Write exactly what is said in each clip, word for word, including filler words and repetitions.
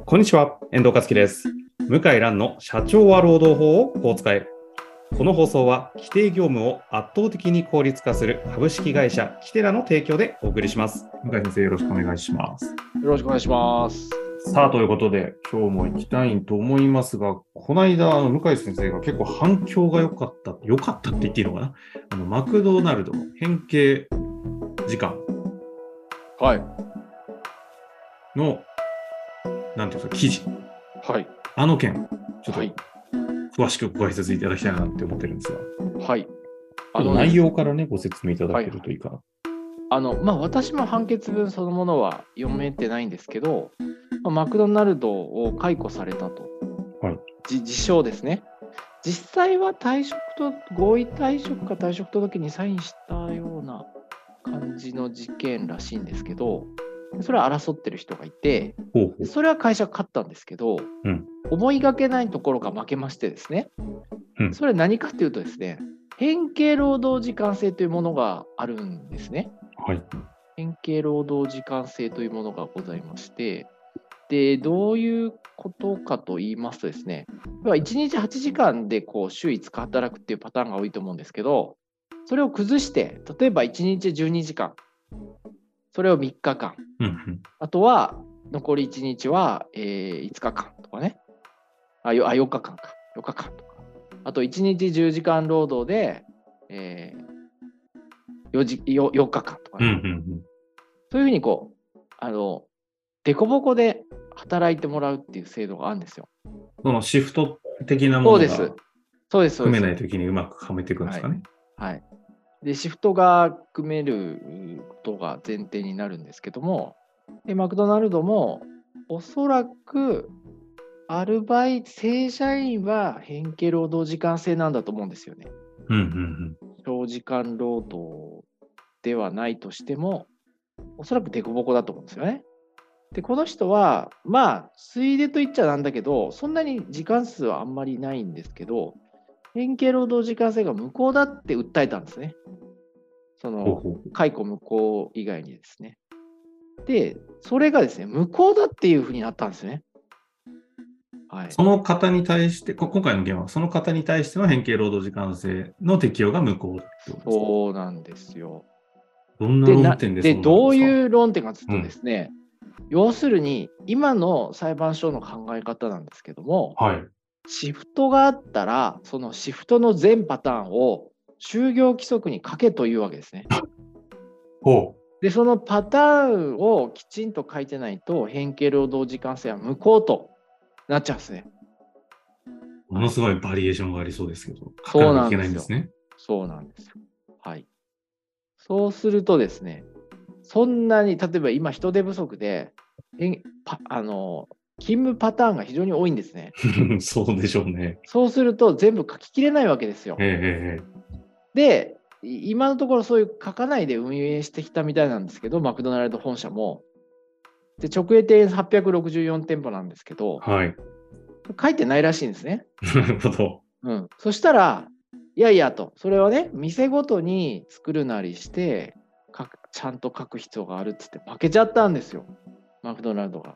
こんにちは、遠藤和樹です。向井蘭の社長は労働法をこう使え。この放送は規定業務を圧倒的に効率化する株式会社キテラの提供でお送りします。向井先生、よろしくお願いします。 よろしくお願いします。 さあ、ということで、今日も行きたいと思いますが、この間、あの向井先生が結構反響が良かった、良かったって言っていいのかな、あのマクドナルドの変形時間はい。 の、なんていうんですか、記事、 はい。 あの件、ちょっとはい。 詳しくご解説いただきたいなって思ってるんですが、 はい。 あの内容からね、ご説明いただけるといいかな。 あの、まあ、私も判決文そのものは読めてないんですけど、まあ、マクドナルドを解雇されたと。 はい。 じ自称ですね。実際は退職と、合意退職か退職届にサインしたような感じの事件らしいんですけど、それは争ってる人がいて、 ほうほう。 それは会社が勝ったんですけど、 うん。 思いがけないところが負けましてですね、 うんそれ何かというとですね、変形労働時間制というものがあるんですね。 はい。 変形労働時間制というものがございまして、で、どういうことかと言いますとですね、要はいちにちはちじかんでこう週いつか働くっていうパターンが多いと思うんですけど、それを崩して、例えばいちにちじゅうにじかん、それをみっかかん、 うんうん。 あとは残りいちにちは、えー、いつかかんとかね、あ、よあよっかかんか、よっかかんとか、あといちにちじゅうじかん労働で、えー、よ, じ よ, よっかかんとかね、 うんうんうん。 そういうふうにこう、あの、凸凹で働いてもらうっていう制度があるんですよ。 そのシフト的なものがそうです。そうです、そうです。 組めないときにうまくはめていくんですかね。 はい。はい。で、シフトが組めることが前提になるんですけども、でマクドナルドもおそらくアルバイト、正社員は変形労働時間制なんだと思うんですよね。 うんうん長時間労働ではないとしても、おそらく凸凹だと思うんですよね。で、この人は、まあ、ついでと言っちゃなんだけど、そんなに時間数はあんまりないんですけど、変形労働時間制が無効だって訴えたんですね。そうん。ほうの、 ほうほう。 解雇無効以外にですね。で、それがですね、無効だっていうふうになったんですね。はい。 その方に対して、こ今回の件はその方に対しての変形労働時間制の適用が無効だってことですか。 そうなんですよ。 どんなで、な論点でそでうなるんですか。 どういう論点かといううん。 とですね、要するに、今の裁判所の考え方なんですけども、 はい。 シフトがあったら、そのシフトの全パターンを就業規則に書けというわけですね。 ほで、そのパターンをきちんと書いてないと、変形労働時間制は無効となっちゃうんですね。 う。ものすごいバリエーションがありそうですけど、書かそうなきゃいけなんですよ。 ないんですね。 そうなんですよ。はい。そうするとですね、そんなに、例えば今人手不足で、変パあの勤務パターンが非常に多いんですね。 そうでしょうね。 そうすると全部書ききれないわけですよ。 ええええ。 で、い今のところそういう書かないで運営してきたみたいなんですけど、マクドナルド本社も。で、直営店はっぴゃくろくじゅうよんてんぽなんですけど、 はい。 書いてないらしいんですね。 なるほど。 うん。そしたら、いやいやと、それはね、店ごとに作るなりして、書くちゃんと書く必要があるっつって負けちゃったんですよ、マクドナルドが。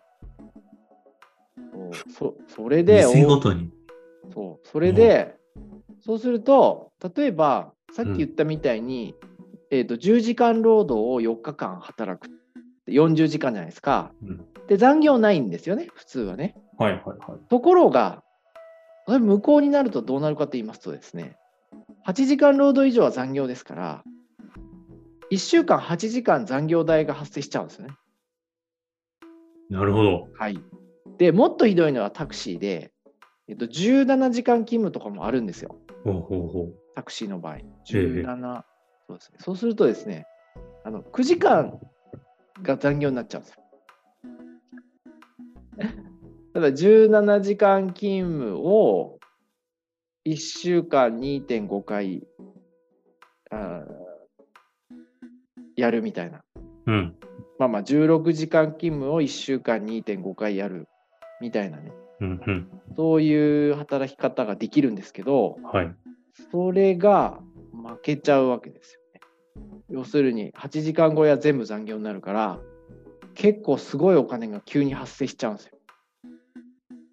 そうそそれで、 店ごとに。 そうそれで、そうすると、例えば、さっき言うんったみたいに、えーと、じゅうじかん労働をよっかかん働く。よんじゅうじかんじゃないですか。 うん。 で、残業ないんですよね、普通はね。 はいはいはい。 ところが、それ無効になるとどうなるかと言いますとですね、はちじかん労働以上は残業ですから、いっしゅうかんはちじかん残業代が発生しちゃうんですよね。 なるほど。 はい。で、もっとひどいのはタクシーで、えっと、じゅうななじかん勤務とかもあるんですよ。 ほうほうほう。 タクシーの場合。 えじゅうなな、そうですね。そうするとですね、あのくじかんが残業になっちゃうんですよ。ただじゅうななじかん勤務をいっしゅうかんにてんごかいあやるみたいな。 うん。 まあまあじゅうろくじかん勤務をいっしゅうかんにてんごかいやるみたいなね。 うんうん。 そういう働き方ができるんですけど、 はい。 それが負けちゃうわけですよね。要するにはちじかんごや全部残業になるから、結構すごいお金が急に発生しちゃうんですよ。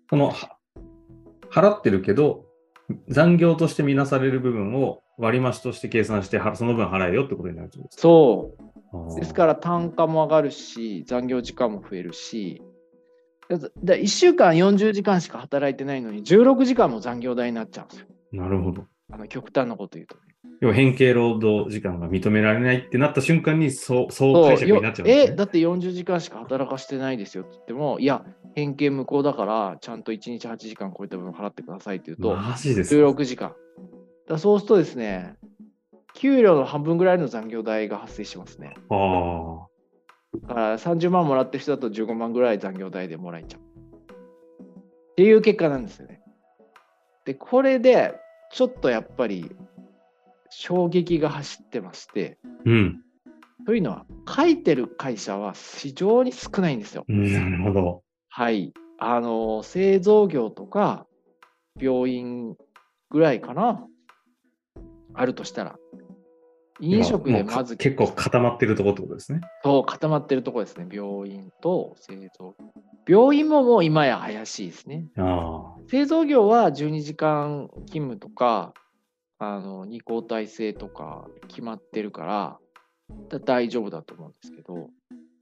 そのは払ってるけど、残業として見なされる部分を割増として計算して、はその分払えよってことになるってことですか。 そうですから単価も上がるし、残業時間も増えるし、だだいっしゅうかんよんじゅうじかんしか働いてないのにじゅうろくじかんも残業代になっちゃうんですよ。 なるほど。 あの極端なこと言うとね。 要は変形労働時間が認められないってなった瞬間にそうそう解釈になっちゃうんですね。 え、だってよんじゅうじかんしか働かしてないですよって言っても、いや、変形無効だからちゃんといちにちはちじかん超えた分払ってくださいって言うと、 マジですか。 じゅうろくじかん。だそうするとですね、給料の半分ぐらいの残業代が発生しますね。 ああ。 だからさんじゅうまんもらってる人だとじゅうごまんぐらい残業代でもらえちゃう。っていう結果なんですよね。で、これでちょっとやっぱり衝撃が走ってまして、 うん。 というのは、書いてる会社は非常に少ないんですよ。 なるほど。 はい。あの、製造業とか病院ぐらいかな。あるとしたら。飲食でまず結構固まってるところってことですね。 そう、固まってるところですね。病院と製造業。病院ももう今や怪しいですね。 あ製造業はじゅうにじかん勤務とか、あのに交代制とか決まってるからだ大丈夫だと思うんですけど、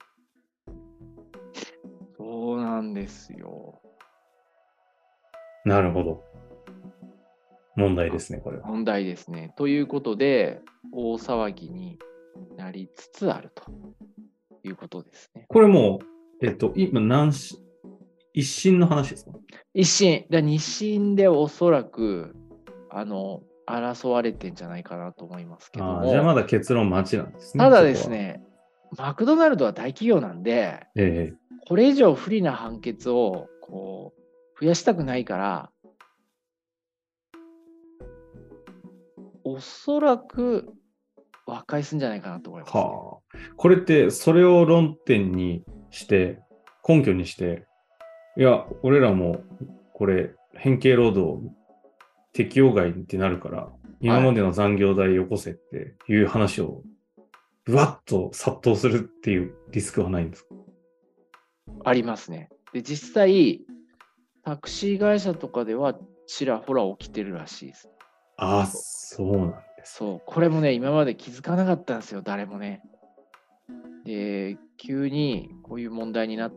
そうなんですよ。 なるほど。問題ですね、これは。 問題ですね。ということで、大騒ぎになりつつあるということですね。 これもう、えっと、今何し、一審の話ですか。 一審。だ二審でおそらく、あの、争われてんじゃないかなと思いますけども。 あじゃあまだ結論待ちなんですね。 ただですね、マクドナルドは大企業なんで、 ええ、 これ以上不利な判決をこう増やしたくないから、おそらく和解するんじゃないかなと思います、ね。 はあ。これってそれを論点にして根拠にしていや俺らもこれ変形労働適用外ってなるから今までの残業代よこせっていう話をぶわっと殺到するっていうリスクはないんですか。 ありますね。で実際タクシー会社とかではちらほら起きてるらしいです。 ああ、そうなんです。 そう、これもね、今まで気づかなかったんですよ、誰もね。で、急にこういう問題になって、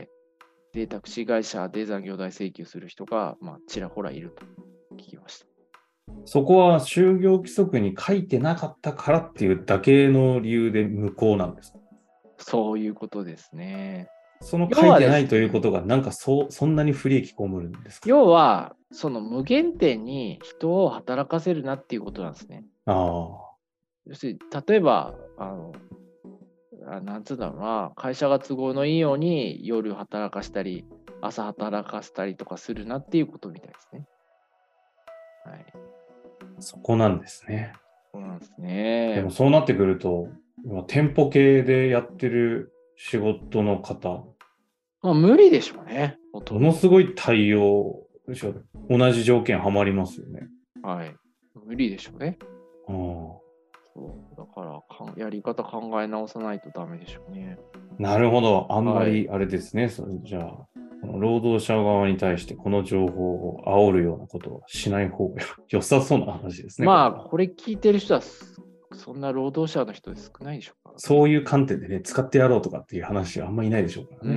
で、タクシー会社で残業代請求する人が、まあ、ちらほらいると聞きました。 そこは就業規則に書いてなかったからっていうだけの理由で無効なんですか。 そういうことですね。 その書いてないということが、なんかそそんなに不利益被るんですか。 要は、その無限点に人を働かせるなっていうことなんですね。 ああ。 要するに、例えば、あの、あなんつうんだろうな、会社が都合のいいように夜働かしたり、朝働かせたりとかするなっていうことみたいですね。はい。 そこなんですね。 そうなんですね。 でもそうなってくると、店舗系でやってる仕事の方、 まあ、無理でしょうね。 ものすごい対応でしょ。同じ条件はまりますよね。 はい。無理でしょうね。 ああ。 そうだからかん、やり方考え直さないとダメでしょうね。 なるほど。あんまりあれですね。それじゃあ、この労働者側に対してこの情報を煽るようなことはしない方が良さそうな話ですね。 まあ、 これはこれ聞いてる人は、そんな労働者の人で少ないでしょうから、ね。 そういう観点でね、使ってやろうとかっていう話はあんまりいないでしょうからね。 うん。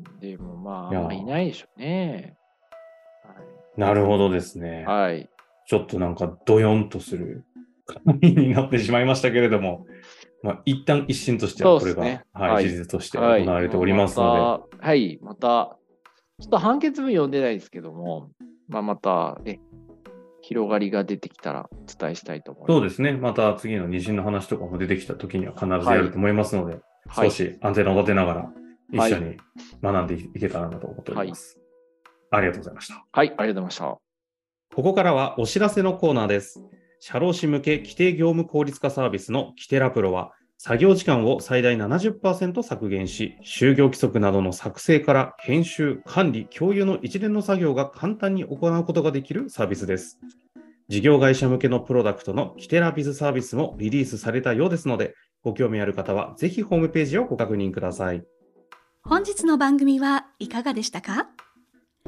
でもまあ、あんまいないでしょうね。 はい、なるほどですね。 はい。 ちょっとなんかドヨンとする感じになってしまいましたけれども、まあ、一旦一審としてはこれが、ねはいはい、事実として行われておりますので。 はい、まはい、また、ちょっと判決文読んでないですけども、まあ、またね、広がりが出てきたらお伝えしたいと思います。 そうですね。また次の二審の話とかも出てきた時には必ずやると思いますので、はい、少しアンテナを立てながら一緒に学んでいけたらなと思っております。はい、ありがとうございました。 はい、ありがとうございました。 ここからはお知らせのコーナーです。社労士向け規定業務効率化サービスのキテラプロは、作業時間を最大 ななじゅっパーセント 削減し、就業規則などの作成から編集、管理、共有の一連の作業が簡単に行うことができるサービスです。事業会社向けのプロダクトのキテラビズサービスもリリースされたようですので、ご興味ある方はぜひホームページをご確認ください。 本日の番組はいかがでしたか？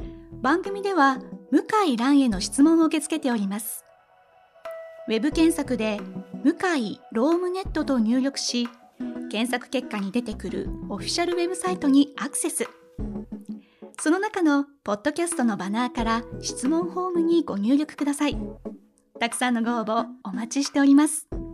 番組では向井蘭への質問を受け付けております。ウェブ検索で向井ロームネットと入力し、検索結果に出てくるオフィシャルウェブサイトにアクセス。その中のポッドキャストのバナーから質問フォームにご入力ください。たくさんのご応募お待ちしております。